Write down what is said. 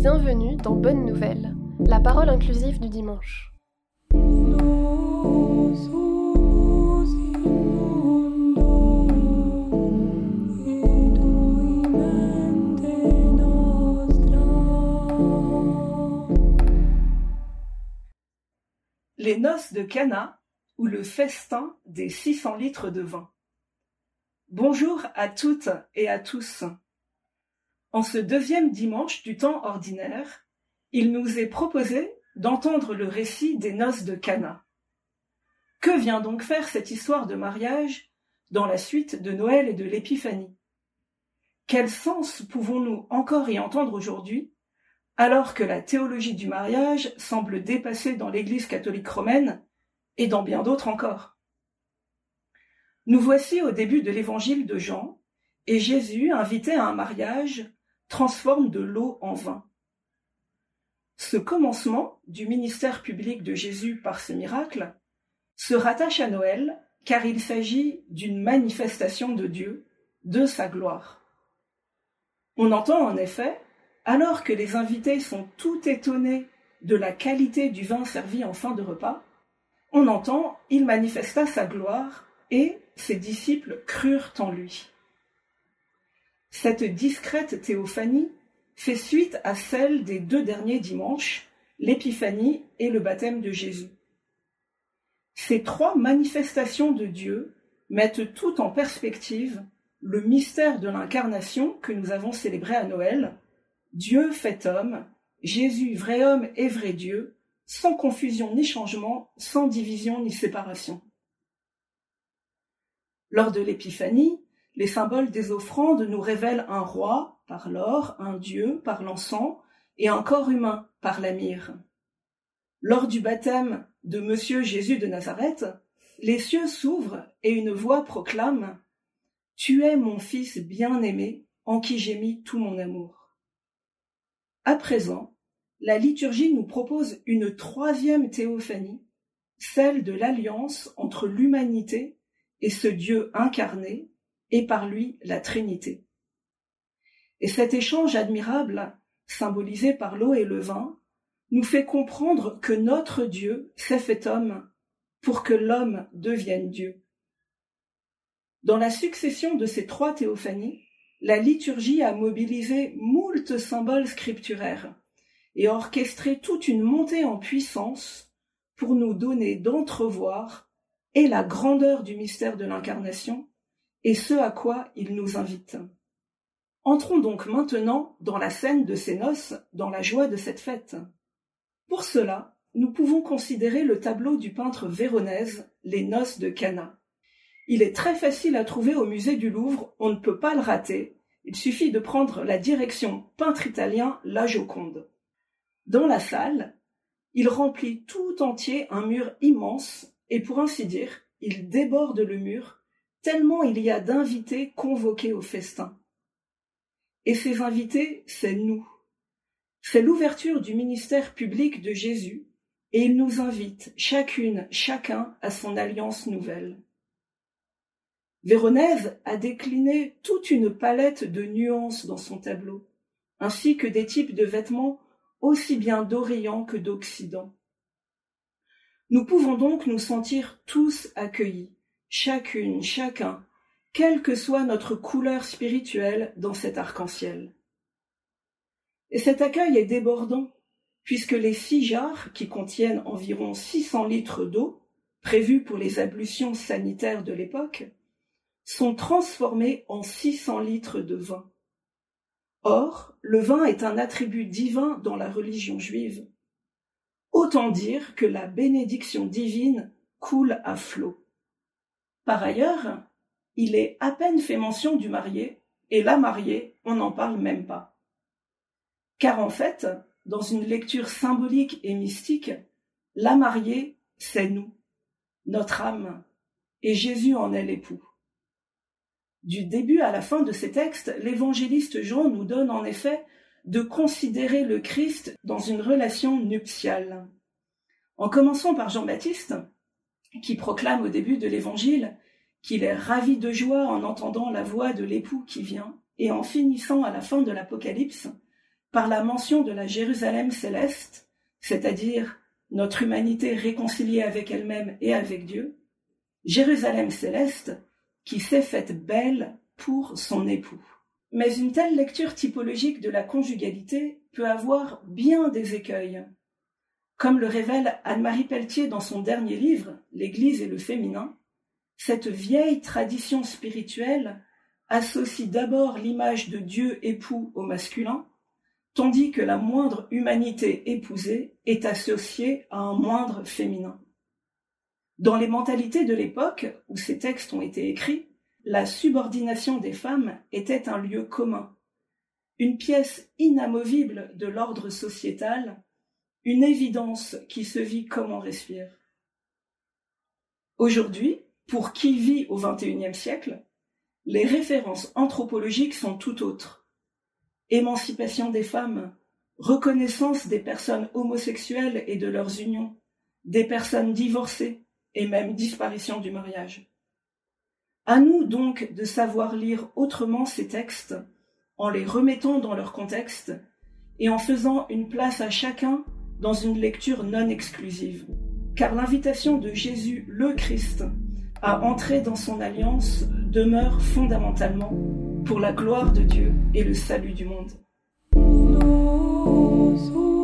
Bienvenue dans Bonne Nouvelle, la parole inclusive du dimanche. Les noces de Cana ou le festin des 600 litres de vin. Bonjour à toutes et à tous. En ce deuxième dimanche du temps ordinaire, il nous est proposé d'entendre le récit des noces de Cana. Que vient donc faire cette histoire de mariage dans la suite de Noël et de l'Épiphanie? Quel sens pouvons-nous encore y entendre aujourd'hui, alors que la théologie du mariage semble dépasser dans l'Église catholique romaine et dans bien d'autres encore? Nous voici au début de l'évangile de Jean, et Jésus, invité à un mariage, transforme de l'eau en vin. Ce commencement du ministère public de Jésus par ce miracle se rattache à Noël, car il s'agit d'une manifestation de Dieu, de sa gloire. On entend en effet, alors que les invités sont tout étonnés de la qualité du vin servi en fin de repas, on entend « il manifesta sa gloire » et ses disciples crurent en lui. Cette discrète théophanie fait suite à celle des 2 derniers dimanches, l'Épiphanie et le baptême de Jésus. Ces 3 manifestations de Dieu mettent tout en perspective le mystère de l'incarnation que nous avons célébré à Noël, Dieu fait homme, Jésus vrai homme et vrai Dieu, sans confusion ni changement, sans division ni séparation. Lors de l'Épiphanie, les symboles des offrandes nous révèlent un roi par l'or, un dieu par l'encens et un corps humain par la myrrhe. Lors du baptême de Monsieur Jésus de Nazareth, les cieux s'ouvrent et une voix proclame « Tu es mon Fils bien-aimé, en qui j'ai mis tout mon amour ». À présent, la liturgie nous propose une 3e théophanie, celle de l'alliance entre l'humanité et ce Dieu incarné, et par lui la Trinité. Et cet échange admirable, symbolisé par l'eau et le vin, nous fait comprendre que notre Dieu s'est fait homme pour que l'homme devienne Dieu. Dans la succession de ces 3 théophanies, la liturgie a mobilisé moult symboles scripturaires et orchestré toute une montée en puissance pour nous donner d'entrevoir et la grandeur du mystère de l'incarnation et ce à quoi il nous invite. Entrons donc maintenant dans la scène de ces noces, dans la joie de cette fête. Pour cela, nous pouvons considérer le tableau du peintre véronèse, Les noces de Cana. Il est très facile à trouver au musée du Louvre, on ne peut pas le rater, il suffit de prendre la direction peintre italien La Joconde. Dans la salle, il remplit tout entier un mur immense et pour ainsi dire, il déborde le mur tellement il y a d'invités convoqués au festin. Et ces invités, c'est nous. C'est l'ouverture du ministère public de Jésus et il nous invite chacune, chacun à son alliance nouvelle. Véronèse a décliné toute une palette de nuances dans son tableau, ainsi que des types de vêtements aussi bien d'Orient que d'Occident. Nous pouvons donc nous sentir tous accueillis, chacune, chacun, quelle que soit notre couleur spirituelle dans cet arc-en-ciel. Et cet accueil est débordant, puisque les 6 jarres, qui contiennent environ 600 litres d'eau, prévus pour les ablutions sanitaires de l'époque, sont transformés en 600 litres de vin. Or, le vin est un attribut divin dans la religion juive. Autant dire que la bénédiction divine coule à flots. Par ailleurs, il est à peine fait mention du marié, et la mariée, on n'en parle même pas. Car en fait, dans une lecture symbolique et mystique, la mariée, c'est nous, notre âme, et Jésus en est l'époux. Du début à la fin de ces textes, l'évangéliste Jean nous donne en effet de considérer le Christ dans une relation nuptiale. En commençant par Jean-Baptiste, qui proclame au début de l'évangile qu'il est ravi de joie en entendant la voix de l'époux qui vient, et en finissant à la fin de l'Apocalypse par la mention de la Jérusalem céleste, c'est-à-dire notre humanité réconciliée avec elle-même et avec Dieu, Jérusalem céleste qui s'est faite belle pour son époux. Mais une telle lecture typologique de la conjugalité peut avoir bien des écueils. Comme le révèle Anne-Marie Pelletier dans son dernier livre, L'Église et le féminin, cette vieille tradition spirituelle associe d'abord l'image de Dieu époux au masculin, tandis que la moindre humanité épousée est associée à un moindre féminin. Dans les mentalités de l'époque où ces textes ont été écrits, la subordination des femmes était un lieu commun, une pièce inamovible de l'ordre sociétal, une évidence qui se vit comme on respire. Aujourd'hui, pour qui vit au XXIe siècle, les références anthropologiques sont tout autres. Émancipation des femmes, reconnaissance des personnes homosexuelles et de leurs unions, des personnes divorcées et même disparition du mariage. À nous donc de savoir lire autrement ces textes, en les remettant dans leur contexte et en faisant une place à chacun dans une lecture non exclusive. Car l'invitation de Jésus le Christ à entrer dans son alliance demeure fondamentalement pour la gloire de Dieu et le salut du monde.